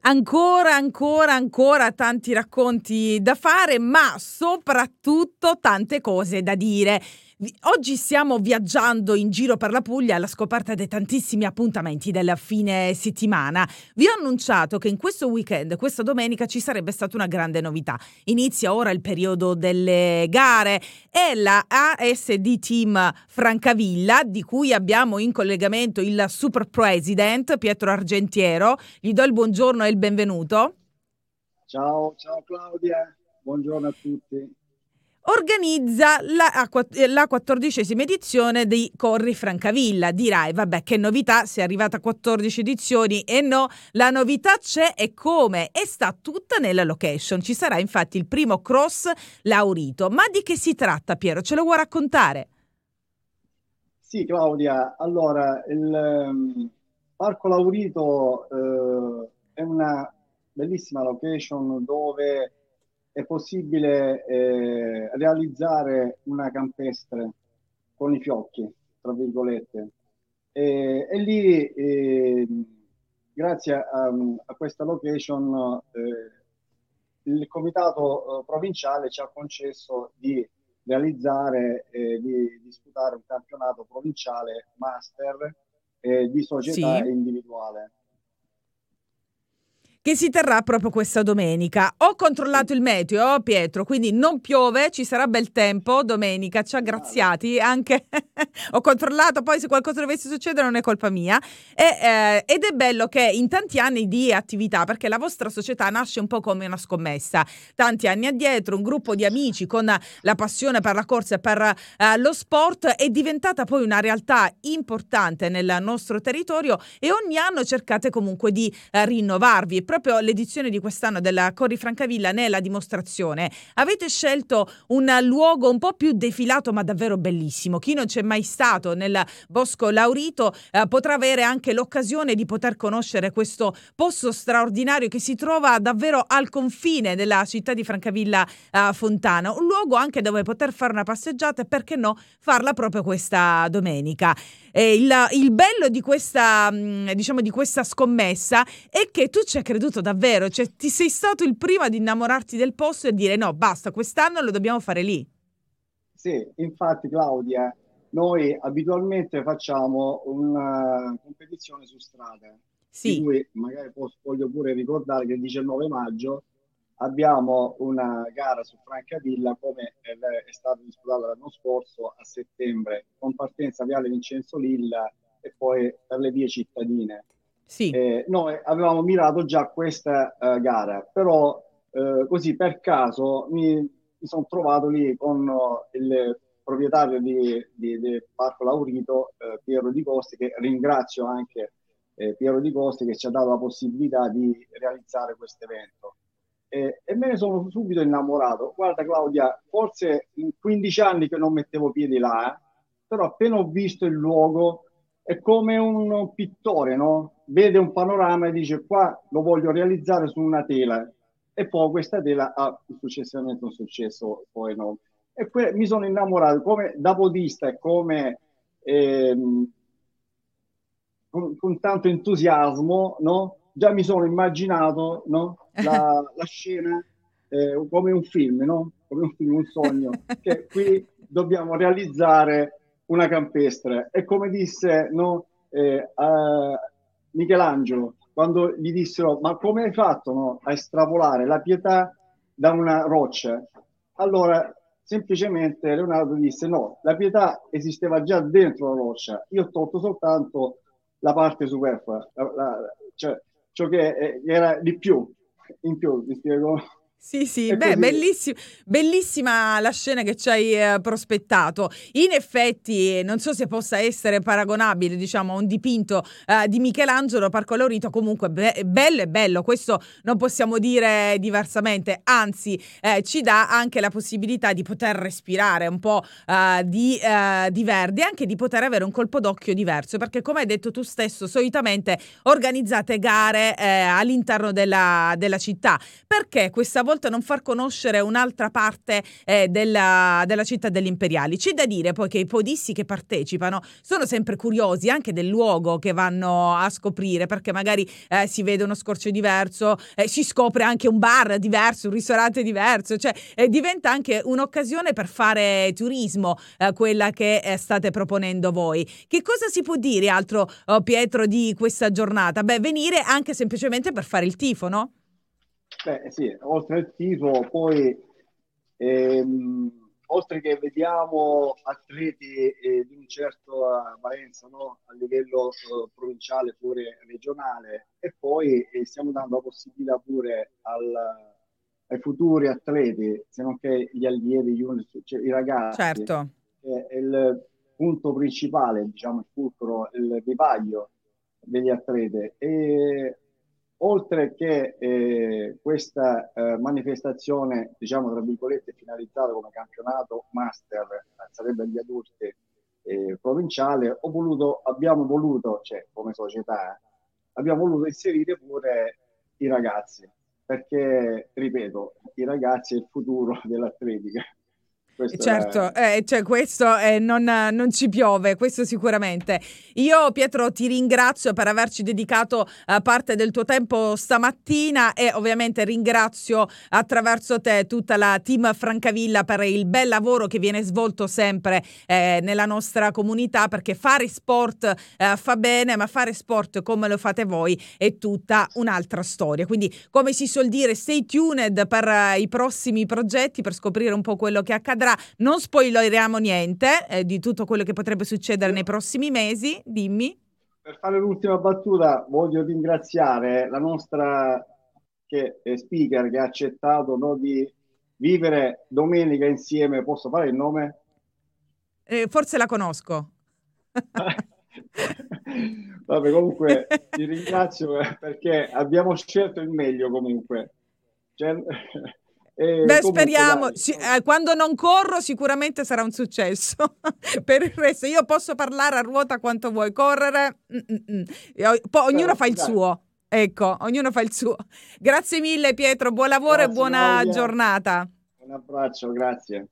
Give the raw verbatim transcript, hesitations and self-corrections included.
Ancora, ancora, ancora tanti racconti da fare, ma soprattutto tante cose da dire. Vi- Oggi stiamo viaggiando in giro per la Puglia alla scoperta dei tantissimi appuntamenti del fine settimana. Vi ho annunciato che in questo weekend, questa domenica, ci sarebbe stata una grande novità. Inizia ora il periodo delle gare e la A S D Team Francavilla, di cui abbiamo in collegamento il super president Pietro Argentiero. Gli do il buongiorno e il benvenuto. Ciao, ciao Claudia, buongiorno a tutti. Organizza la, la quattordicesima edizione di Corri Francavilla. Dirai, vabbè, che novità, si è arrivata a quattordici edizioni. E no, la novità c'è e come, e sta tutta nella location. Ci sarà infatti il primo cross Laurito. Ma di che si tratta, Piero? Ce lo vuoi raccontare? Sì, Claudia, allora il ehm, Parco Laurito eh, è una bellissima location dove è possibile eh, realizzare una campestre con i fiocchi, tra virgolette. E, e lì, eh, grazie a, a questa location, eh, il comitato eh, provinciale ci ha concesso di realizzare e di disputare un campionato provinciale master eh, di società Sì. e individuale. Che si terrà proprio questa domenica. Ho Sì, controllato il meteo, Pietro, quindi non piove, ci sarà bel tempo domenica, ci ha meno male. graziati anche. Ho controllato, poi se qualcosa dovesse succedere non è colpa mia. E, eh, ed è bello che in tanti anni di attività, perché la vostra società nasce un po' come una scommessa. Tanti anni addietro, un gruppo di amici con la passione per la corsa e per eh, lo sport è diventata poi una realtà importante nel nostro territorio e ogni anno cercate comunque di eh, rinnovarvi. Proprio l'edizione di quest'anno della Corri Francavilla ne è la dimostrazione. Avete scelto un luogo un po' più defilato ma davvero bellissimo. Chi non c'è mai stato nel Bosco Laurito eh, potrà avere anche l'occasione di poter conoscere questo posto straordinario che si trova davvero al confine della città di Francavilla eh, Fontana. Un luogo anche dove poter fare una passeggiata e perché no farla proprio questa domenica. Eh, il, il bello di questa, mh, diciamo, di questa scommessa è che tu ci hai creduto davvero, cioè ti sei stato il primo ad innamorarti del posto e dire no, basta, quest'anno lo dobbiamo fare lì. Sì, infatti Claudia, noi abitualmente facciamo una competizione su strada, di Sì, cui magari posso- voglio pure ricordare che il diciannove maggio abbiamo una gara su Francavilla come è è stata disputata l'anno scorso a settembre, con partenza Viale Vincenzo Lilla e poi per le vie cittadine. sì. Eh, noi avevamo mirato già questa eh, gara, però eh, così per caso mi, mi sono trovato lì con eh, il proprietario di, di- del Parco Laurito, eh, Piero Di Costi, che ringrazio anche eh, Piero Di Costi che ci ha dato la possibilità di realizzare questo evento. Eh, e me ne sono subito innamorato. Guarda Claudia, forse in quindici anni che non mettevo piedi là, eh, però appena ho visto il luogo è come un pittore, no? Vede un panorama e dice qua lo voglio realizzare su una tela e poi questa tela ha successivamente un successo, poi no. E que- mi sono innamorato come da podista e come ehm, con, con tanto entusiasmo, no? Già mi sono immaginato, no? La, la scena eh, come un film, no? Come un film, un sogno, che qui dobbiamo realizzare una campestre. E come disse, no? eh, a Michelangelo, quando gli dissero, ma come hai fatto, no? A estrapolare la pietà da una roccia? Allora, semplicemente Leonardo disse, no, la pietà esisteva già dentro la roccia, io ho tolto soltanto la parte superflua, la, la, cioè ciò che è- era di più, in più, mi spiego? Sì, sì, E beh, così, bellissi- bellissima la scena che ci hai eh, prospettato. In effetti, non so se possa essere paragonabile, diciamo, a un dipinto eh, di Michelangelo, Parco Laurito, comunque be- bello e bello, questo non possiamo dire diversamente, anzi, eh, ci dà anche la possibilità di poter respirare un po' eh, di, eh, di verde e anche di poter avere un colpo d'occhio diverso, perché come hai detto tu stesso, solitamente organizzate gare eh, all'interno della, della città. Perché questa volta volte non far conoscere un'altra parte eh, della, della città degli Imperiali. C'è da dire poi che i podisti che partecipano sono sempre curiosi anche del luogo che vanno a scoprire, perché magari eh, si vede uno scorcio diverso, eh, si scopre anche un bar diverso, un ristorante diverso, cioè eh, diventa anche un'occasione per fare turismo, eh, quella che eh, state proponendo voi. Che cosa si può dire altro, oh, Pietro, di questa giornata? Beh, venire anche semplicemente per fare il tifo, no? Beh, sì, oltre al tifo, poi ehm, oltre che vediamo atleti eh, di un certo eh, valenza, no? A livello eh, provinciale, pure regionale, e poi eh, stiamo dando la possibilità pure al- ai futuri atleti, se non che gli allievi, gli uni- cioè i ragazzi, Certo. che è il punto principale, diciamo, il fulcro, il vivaio degli atleti. E oltre che eh, questa eh, manifestazione, diciamo, tra virgolette, finalizzata come campionato master, eh, sarebbe agli adulti eh, provinciale, ho voluto, abbiamo voluto, cioè come società, abbiamo voluto inserire pure i ragazzi, perché, ripeto, i ragazzi è il futuro dell'atletica. Questo era... Certo, eh, cioè questo eh, non, non ci piove, questo sicuramente. Io, Pietro, ti ringrazio per averci dedicato eh, parte del tuo tempo stamattina e ovviamente ringrazio attraverso te tutta la team Francavilla per il bel lavoro che viene svolto sempre eh, nella nostra comunità, perché fare sport eh, fa bene, ma fare sport come lo fate voi è tutta un'altra storia. Quindi, come si suol dire, stay tuned per eh, i prossimi progetti, per scoprire un po' quello che accadrà. Non spoileriamo niente eh, di tutto quello che potrebbe succedere nei Io, prossimi mesi, dimmi. per fare l'ultima battuta, voglio ringraziare la nostra che, è speaker che ha accettato, no, di vivere domenica insieme. Posso fare il nome? Eh, forse la conosco. Vabbè, comunque ti ringrazio perché abbiamo scelto il meglio comunque. Cioè, e Beh, comunque speriamo. dai, Sì, eh, quando non corro sicuramente sarà un successo. Per il resto io posso parlare a ruota quanto vuoi, correre. mm, mm, mm. Io- Poi ognuno però, fa il dai, suo. Ecco, ognuno fa il suo. Grazie mille Pietro, buon lavoro e grazie buona Claudia, giornata. un abbraccio, grazie.